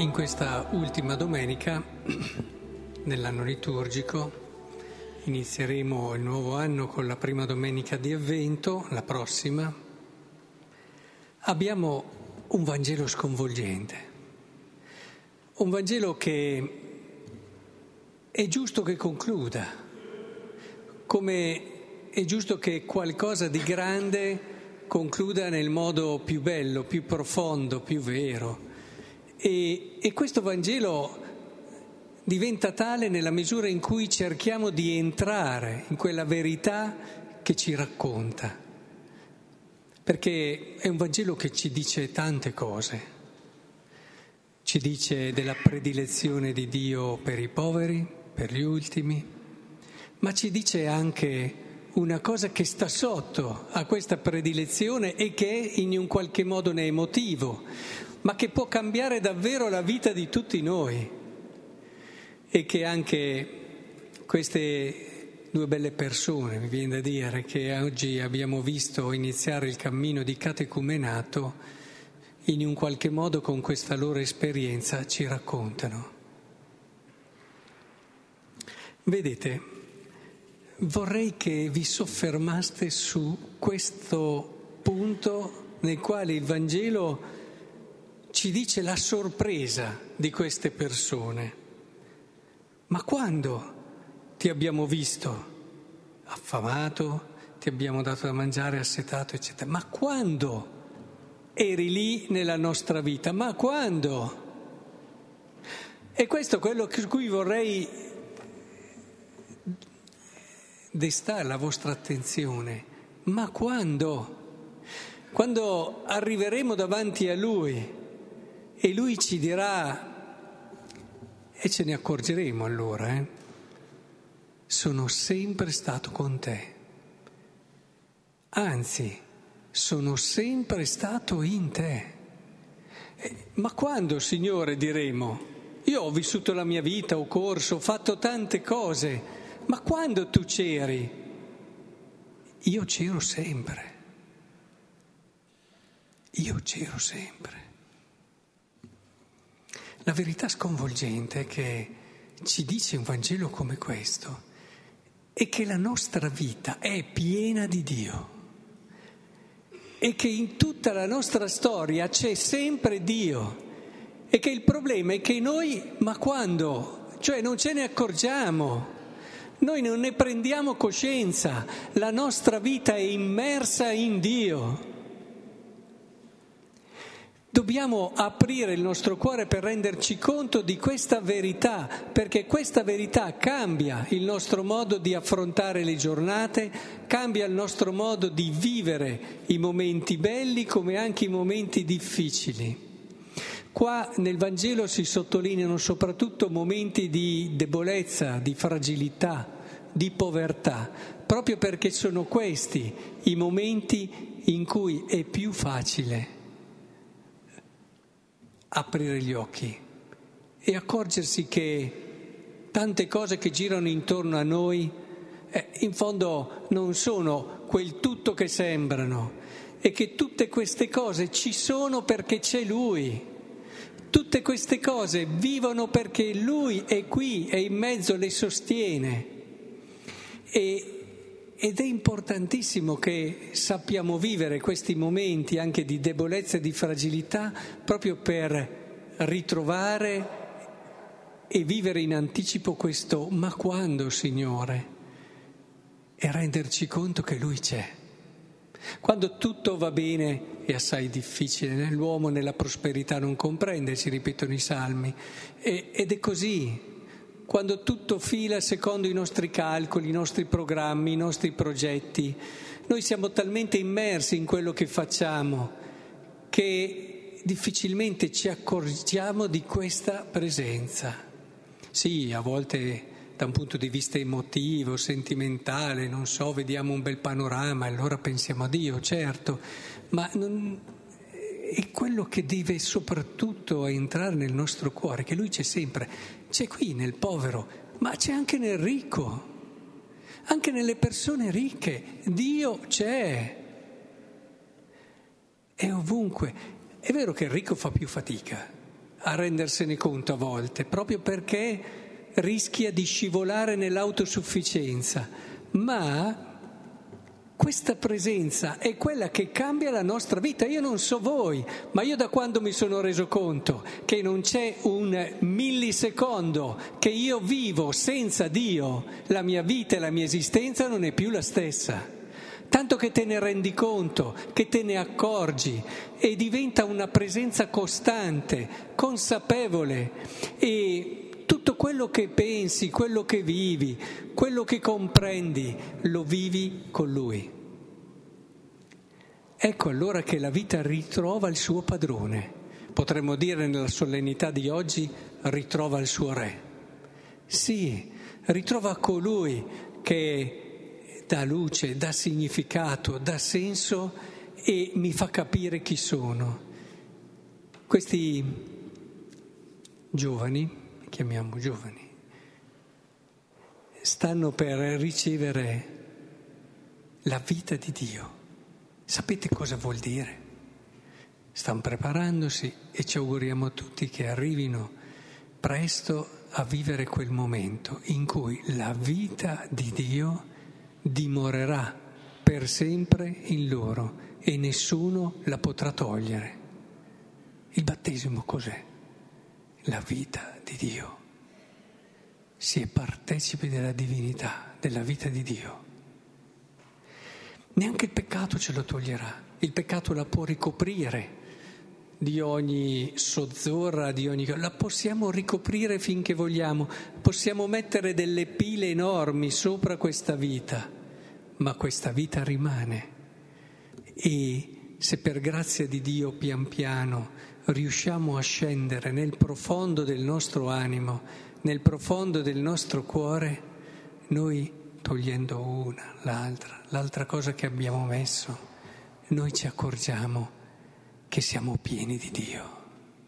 In questa ultima domenica dell'anno liturgico inizieremo il nuovo anno con la prima domenica di Avvento, la prossima. Abbiamo un Vangelo sconvolgente, un Vangelo che è giusto che concluda, come è giusto che qualcosa di grande concluda nel modo più bello, più profondo, più vero. E questo Vangelo diventa tale nella misura in cui cerchiamo di entrare in quella verità che ci racconta, perché è un Vangelo che ci dice tante cose. Ci dice della predilezione di Dio per i poveri, per gli ultimi, ma ci dice anche una cosa che sta sotto a questa predilezione e che in un qualche modo ne è motivo, ma che può cambiare davvero la vita di tutti noi, e che anche queste due belle persone, mi viene da dire, che oggi abbiamo visto iniziare il cammino di catecumenato, in un qualche modo con questa loro esperienza ci raccontano. Vedete, vorrei che vi soffermaste su questo punto nel quale il Vangelo ci dice la sorpresa di queste persone. Ma quando ti abbiamo visto affamato, ti abbiamo dato da mangiare, assetato, eccetera? Ma quando eri lì nella nostra vita? Ma quando? E questo è quello su cui vorrei destare la vostra attenzione. Ma quando? Quando arriveremo davanti a Lui e Lui ci dirà, e ce ne accorgeremo allora, sono sempre stato con te, anzi, sono sempre stato in te. Ma quando, Signore, diremo? Io ho vissuto la mia vita, ho corso, ho fatto tante cose, ma quando tu c'eri? Io c'ero sempre. Io c'ero sempre. La verità sconvolgente che ci dice un Vangelo come questo è che la nostra vita è piena di Dio e che in tutta la nostra storia c'è sempre Dio e che il problema è che noi, ma quando? Cioè non ce ne accorgiamo, noi non ne prendiamo coscienza, la nostra vita è immersa in Dio. Dobbiamo aprire il nostro cuore per renderci conto di questa verità, perché questa verità cambia il nostro modo di affrontare le giornate, cambia il nostro modo di vivere i momenti belli come anche i momenti difficili. Qua nel Vangelo si sottolineano soprattutto momenti di debolezza, di fragilità, di povertà, proprio perché sono questi i momenti in cui è più facile aprire gli occhi e accorgersi che tante cose che girano intorno a noi in fondo non sono quel tutto che sembrano, e che tutte queste cose ci sono perché c'è Lui, tutte queste cose vivono perché Lui è qui e in mezzo le sostiene. Ed è importantissimo che sappiamo vivere questi momenti anche di debolezza e di fragilità proprio per ritrovare e vivere in anticipo questo "ma quando, Signore?" e renderci conto che Lui c'è. Quando tutto va bene è assai difficile, l'uomo nella prosperità non comprende, ci ripetono i salmi, ed è così. Quando tutto fila secondo i nostri calcoli, i nostri programmi, i nostri progetti, noi siamo talmente immersi in quello che facciamo che difficilmente ci accorgiamo di questa presenza. Sì, a volte da un punto di vista emotivo, sentimentale, non so, vediamo un bel panorama e allora pensiamo a Dio, certo, ma è quello che deve soprattutto entrare nel nostro cuore, che Lui c'è sempre, c'è qui nel povero, ma c'è anche nel ricco, anche nelle persone ricche, Dio c'è, è ovunque. È vero che il ricco fa più fatica a rendersene conto a volte, proprio perché rischia di scivolare nell'autosufficienza, ma questa presenza è quella che cambia la nostra vita. Io non so voi, ma io da quando mi sono reso conto che non c'è un millisecondo che io vivo senza Dio, la mia vita e la mia esistenza non è più la stessa. Tanto che te ne rendi conto, che te ne accorgi e diventa una presenza costante, consapevole, e tutto quello che pensi, quello che vivi, quello che comprendi, lo vivi con Lui. Ecco allora che la vita ritrova il suo padrone. Potremmo dire nella solennità di oggi, ritrova il suo re. Sì, ritrova colui che dà luce, dà significato, dà senso e mi fa capire chi sono. Questi giovani, chiamiamo giovani, stanno per ricevere la vita di Dio. Sapete cosa vuol dire? Stanno preparandosi e ci auguriamo tutti che arrivino presto a vivere quel momento in cui la vita di Dio dimorerà per sempre in loro e nessuno la potrà togliere. Il battesimo cos'è? La vita di Dio. Si è partecipi della divinità, della vita di Dio. Neanche il peccato ce lo toglierà. Il peccato la può ricoprire di ogni sozzorra, la possiamo ricoprire finché vogliamo. Possiamo mettere delle pile enormi sopra questa vita, ma questa vita rimane. E se per grazia di Dio pian piano riusciamo a scendere nel profondo del nostro animo, nel profondo del nostro cuore, noi togliendo una, l'altra cosa che abbiamo messo, noi ci accorgiamo che siamo pieni di Dio.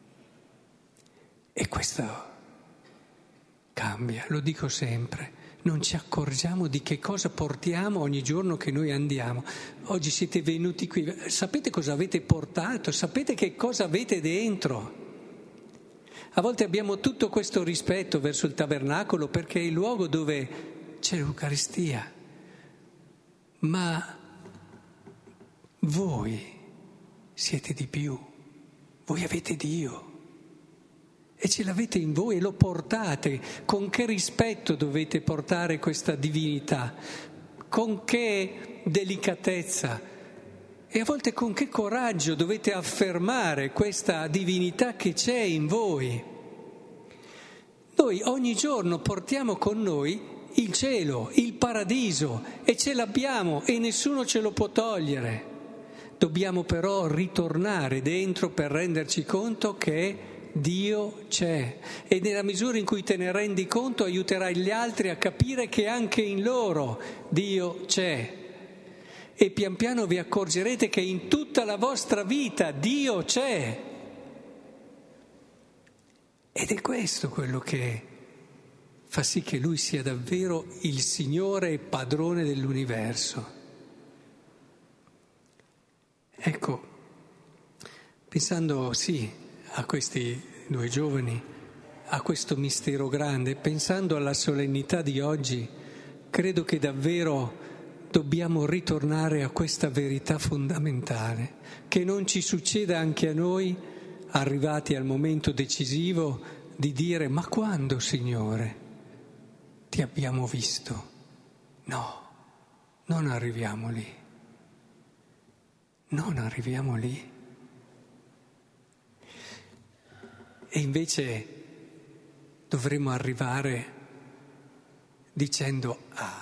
E questo cambia, lo dico sempre. Non ci accorgiamo di che cosa portiamo ogni giorno che noi andiamo. Oggi siete venuti qui, sapete cosa avete portato? Sapete che cosa avete dentro? A volte abbiamo tutto questo rispetto verso il tabernacolo perché è il luogo dove c'è l'Eucaristia. Ma voi siete di più, voi avete Dio. E ce l'avete in voi e lo portate. Con che rispetto dovete portare questa divinità? Con che delicatezza? E a volte con che coraggio dovete affermare questa divinità che c'è in voi? Noi ogni giorno portiamo con noi il cielo, il paradiso, e ce l'abbiamo e nessuno ce lo può togliere. Dobbiamo però ritornare dentro per renderci conto che Dio c'è, e nella misura in cui te ne rendi conto aiuterai gli altri a capire che anche in loro Dio c'è, e pian piano vi accorgerete che in tutta la vostra vita Dio c'è. Ed è questo quello che fa sì che Lui sia davvero il Signore e Padrone dell'universo. Ecco, pensando a questi due giovani, a questo mistero grande, pensando alla solennità di oggi, credo che davvero dobbiamo ritornare a questa verità fondamentale, che non ci succeda anche a noi, arrivati al momento decisivo, di dire: ma quando, Signore, ti abbiamo visto? No, non arriviamo lì. Non arriviamo lì. E invece dovremmo arrivare dicendo: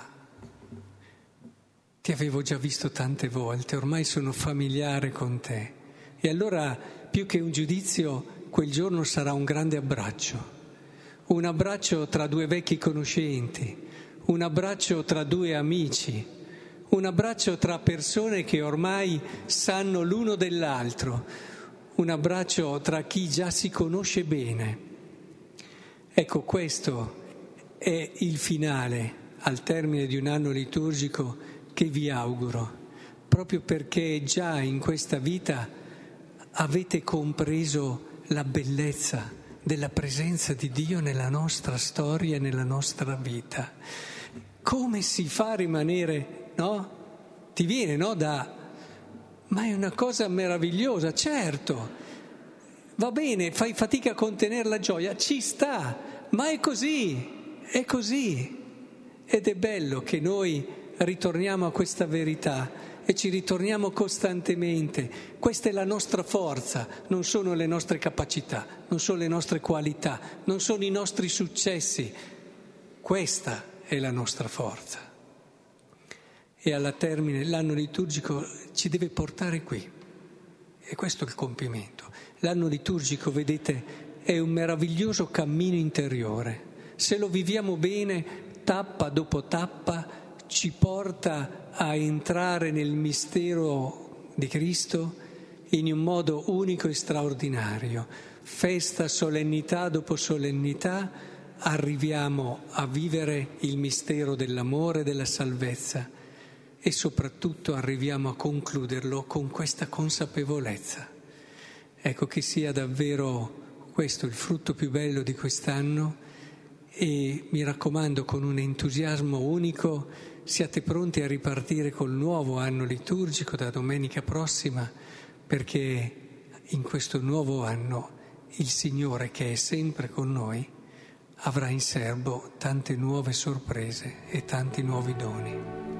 ti avevo già visto tante volte, ormai sono familiare con te. E allora, più che un giudizio, quel giorno sarà un grande abbraccio. Un abbraccio tra due vecchi conoscenti, un abbraccio tra due amici, un abbraccio tra persone che ormai sanno l'uno dell'altro, un abbraccio tra chi già si conosce bene. Ecco, questo è il finale, al termine di un anno liturgico, che vi auguro, proprio perché già in questa vita avete compreso la bellezza della presenza di Dio nella nostra storia e nella nostra vita. Come si fa a rimanere, no? Ti viene, no? Ma è una cosa meravigliosa, certo. Va bene, fai fatica a contenere la gioia, ci sta, ma è così, è così. Ed è bello che noi ritorniamo a questa verità e ci ritorniamo costantemente. Questa è la nostra forza, non sono le nostre capacità, non sono le nostre qualità, non sono i nostri successi. Questa è la nostra forza. E alla termine l'anno liturgico ci deve portare qui. E questo è il compimento. L'anno liturgico, vedete, è un meraviglioso cammino interiore. Se lo viviamo bene, tappa dopo tappa, ci porta a entrare nel mistero di Cristo in un modo unico e straordinario. Festa, solennità dopo solennità, arriviamo a vivere il mistero dell'amore e della salvezza e soprattutto arriviamo a concluderlo con questa consapevolezza. Ecco, che sia davvero questo il frutto più bello di quest'anno e mi raccomando, con un entusiasmo unico, siate pronti a ripartire col nuovo anno liturgico da domenica prossima, perché in questo nuovo anno il Signore, che è sempre con noi, avrà in serbo tante nuove sorprese e tanti nuovi doni.